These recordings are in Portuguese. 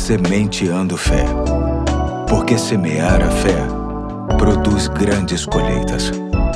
Sementeando Fé. Porque semear a fé produz grandes colheitas.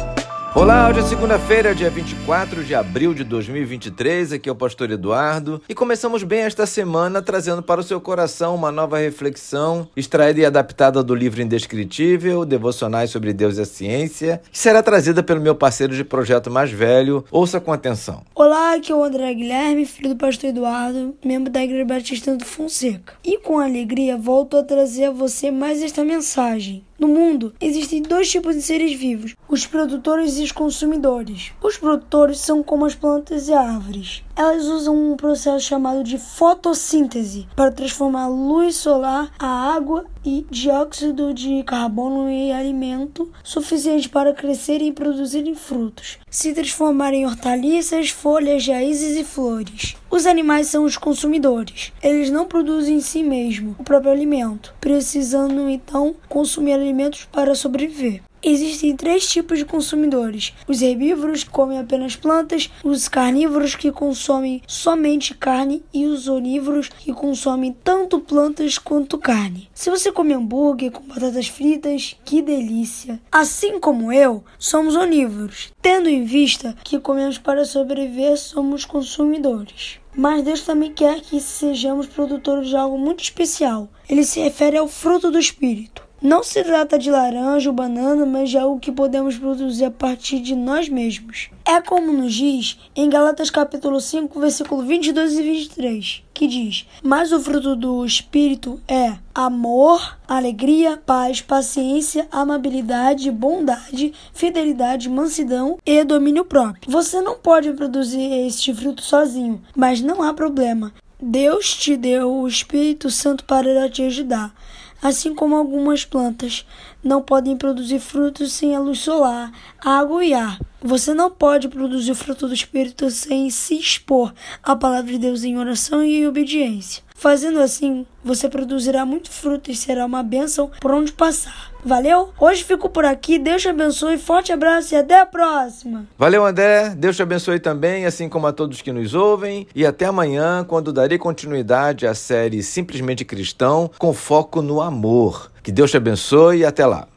Olá, hoje é segunda-feira, dia 24 de abril de 2023, aqui é o Pastor Eduardo e começamos bem esta semana trazendo para o seu coração uma nova reflexão extraída e adaptada do livro Indescritível, Devocionais sobre Deus e a Ciência, que será trazida pelo meu parceiro de projeto mais velho. Ouça com atenção. Olá, aqui é o André Guilherme, filho do Pastor Eduardo, membro da Igreja Batista do Fonseca. E com alegria volto a trazer a você mais esta mensagem. No mundo, existem dois tipos de seres vivos, os produtores e os consumidores. Os produtores são como as plantas e árvores. Elas usam um processo chamado de fotossíntese para transformar a luz solar, a água e dióxido de carbono em alimento suficiente para crescerem e produzirem frutos, se transformarem em hortaliças, folhas, raízes e flores. Os animais são os consumidores. Eles não produzem em si mesmo o próprio alimento, precisando então consumir alimentos para sobreviver. Existem três tipos de consumidores: os herbívoros, que comem apenas plantas, os carnívoros, que consomem somente carne, e os onívoros, que consomem tanto plantas quanto carne. Se você come hambúrguer com batatas fritas, que delícia! Assim como eu, somos onívoros. Tendo em vista que comemos para sobreviver, somos consumidores. Mas Deus também quer que sejamos produtores de algo muito especial. Ele se refere ao fruto do Espírito. Não se trata de laranja ou banana, mas de algo que podemos produzir a partir de nós mesmos. É como nos diz em Gálatas capítulo 5, versículo 22 e 23, que diz: mas o fruto do Espírito é amor, alegria, paz, paciência, amabilidade, bondade, fidelidade, mansidão e domínio próprio. Você não pode produzir este fruto sozinho, mas não há problema. Deus te deu o Espírito Santo para te ajudar. Assim como algumas plantas não podem produzir frutos sem a luz solar, água e ar. Você não pode produzir o fruto do Espírito sem se expor à palavra de Deus em oração e obediência. Fazendo assim, você produzirá muito fruto e será uma bênção por onde passar. Valeu? Hoje fico por aqui. Deus te abençoe. Forte abraço e até a próxima. Valeu, André. Deus te abençoe também, assim como a todos que nos ouvem. E até amanhã, quando darei continuidade à série Simplesmente Cristão, com foco no amor. Que Deus te abençoe e até lá.